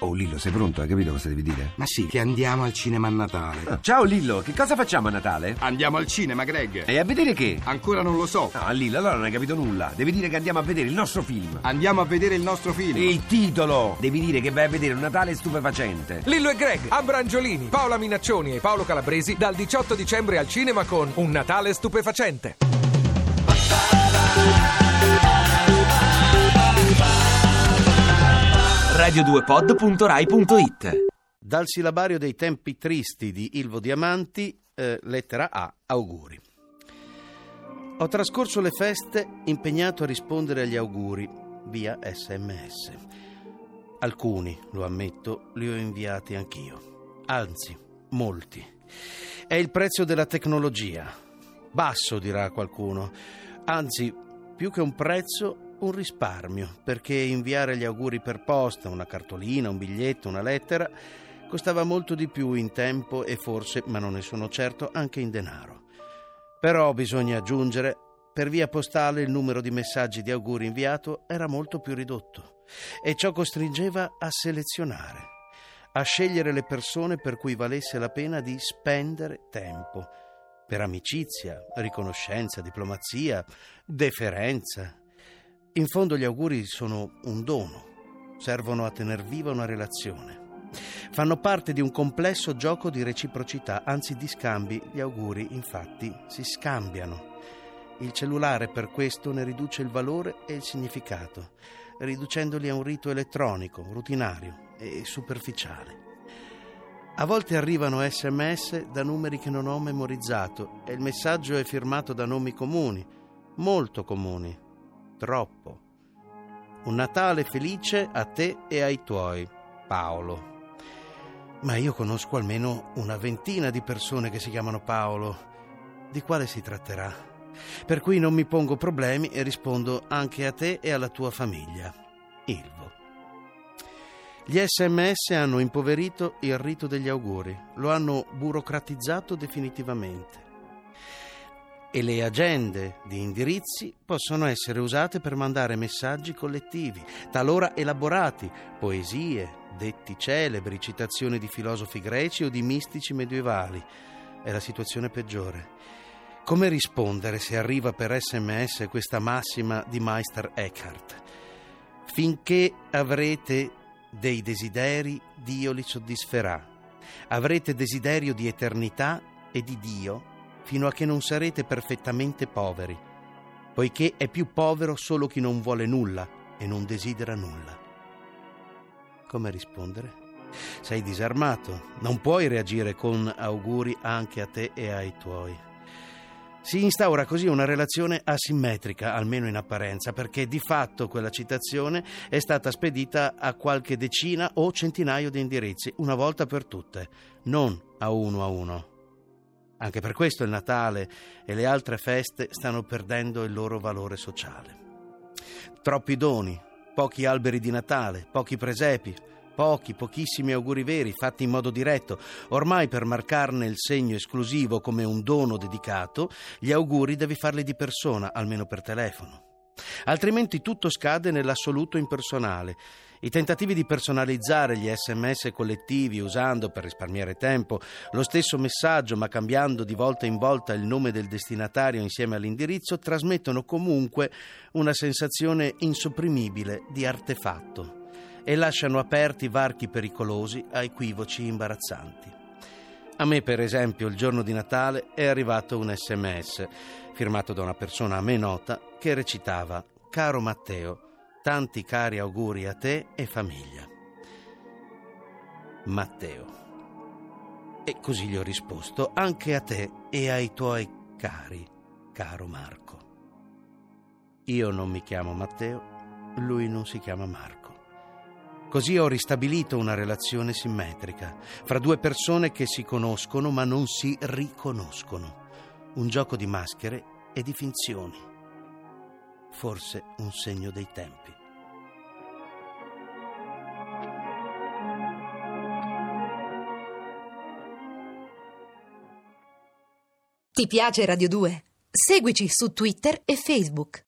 Oh Lillo, sei pronto? Hai capito cosa devi dire? Ma sì, che andiamo al cinema a Natale. Ciao Lillo, che cosa facciamo a Natale? Andiamo al cinema, Greg. E a vedere che? Ancora non lo so. No, Lillo, allora non hai capito nulla. Devi dire che andiamo a vedere il nostro film. Andiamo a vedere il nostro film. Il titolo! Devi dire che vai a vedere un Natale stupefacente. Lillo e Greg, Ambra Angiolini, Paola Minaccioni e Paolo Calabresi dal 18 dicembre al cinema con Un Natale stupefacente. radio2pod.rai.it. Dal sillabario dei tempi tristi di Ilvo Diamanti, lettera A, auguri. Ho trascorso le feste impegnato a rispondere agli auguri via SMS. Alcuni, lo ammetto, li ho inviati anch'io. Anzi, molti. È il prezzo della tecnologia. Basso, dirà qualcuno. Anzi, più che un prezzo, un risparmio, perché inviare gli auguri per posta, una cartolina, un biglietto, una lettera, costava molto di più in tempo e forse, ma non ne sono certo, anche in denaro. Però bisogna aggiungere, per via postale il numero di messaggi di auguri inviato era molto più ridotto e ciò costringeva a selezionare, a scegliere le persone per cui valesse la pena di spendere tempo, per amicizia, riconoscenza, diplomazia, deferenza. In fondo gli auguri sono un dono, servono a tener viva una relazione. Fanno parte di un complesso gioco di reciprocità, anzi di scambi. Gli auguri, infatti, si scambiano. Il cellulare per questo ne riduce il valore e il significato, riducendoli a un rito elettronico, rutinario e superficiale. A volte arrivano SMS da numeri che non ho memorizzato e il messaggio è firmato da nomi comuni, molto comuni. Troppo. Un Natale felice a te e ai tuoi, Paolo. Ma io conosco almeno una ventina di persone che si chiamano Paolo. Di quale si tratterà? Per cui non mi pongo problemi e rispondo anche a te e alla tua famiglia. Ilvo. Gli SMS hanno impoverito il rito degli auguri, lo hanno burocratizzato definitivamente. E le agende di indirizzi possono essere usate per mandare messaggi collettivi, talora elaborati, poesie, detti celebri, citazioni di filosofi greci o di mistici medievali. È la situazione peggiore. Come rispondere se arriva per SMS questa massima di Meister Eckhart? Finché avrete dei desideri, Dio li soddisferà. Avrete desiderio di eternità e di Dio, fino a che non sarete perfettamente poveri, poiché è più povero solo chi non vuole nulla e non desidera nulla. Come rispondere? Sei disarmato, non puoi reagire con auguri anche a te e ai tuoi. Si instaura così una relazione asimmetrica, almeno in apparenza, perché di fatto quella citazione è stata spedita a qualche decina o centinaio di indirizzi, una volta per tutte, non a uno. Anche per questo il Natale e le altre feste stanno perdendo il loro valore sociale. Troppi doni, pochi alberi di Natale, pochi presepi, pochissimi auguri veri fatti in modo diretto. Ormai per marcarne il segno esclusivo come un dono dedicato, gli auguri devi farli di persona, almeno per telefono. Altrimenti tutto scade nell'assoluto impersonale. I tentativi di personalizzare gli SMS collettivi usando, per risparmiare tempo, lo stesso messaggio ma cambiando di volta in volta il nome del destinatario insieme all'indirizzo trasmettono comunque una sensazione insopprimibile di artefatto e lasciano aperti varchi pericolosi a equivoci imbarazzanti. A me, per esempio, il giorno di Natale è arrivato un SMS firmato da una persona a me nota che recitava: «Caro Matteo, tanti cari auguri a te e famiglia. Matteo». E così gli ho risposto: «Anche a te e ai tuoi cari, caro Marco». Io non mi chiamo Matteo, lui non si chiama Marco. Così ho ristabilito una relazione simmetrica fra due persone che si conoscono ma non si riconoscono. Un gioco di maschere e di finzioni. Forse un segno dei tempi. Ti piace Radio 2? Seguici su Twitter e Facebook.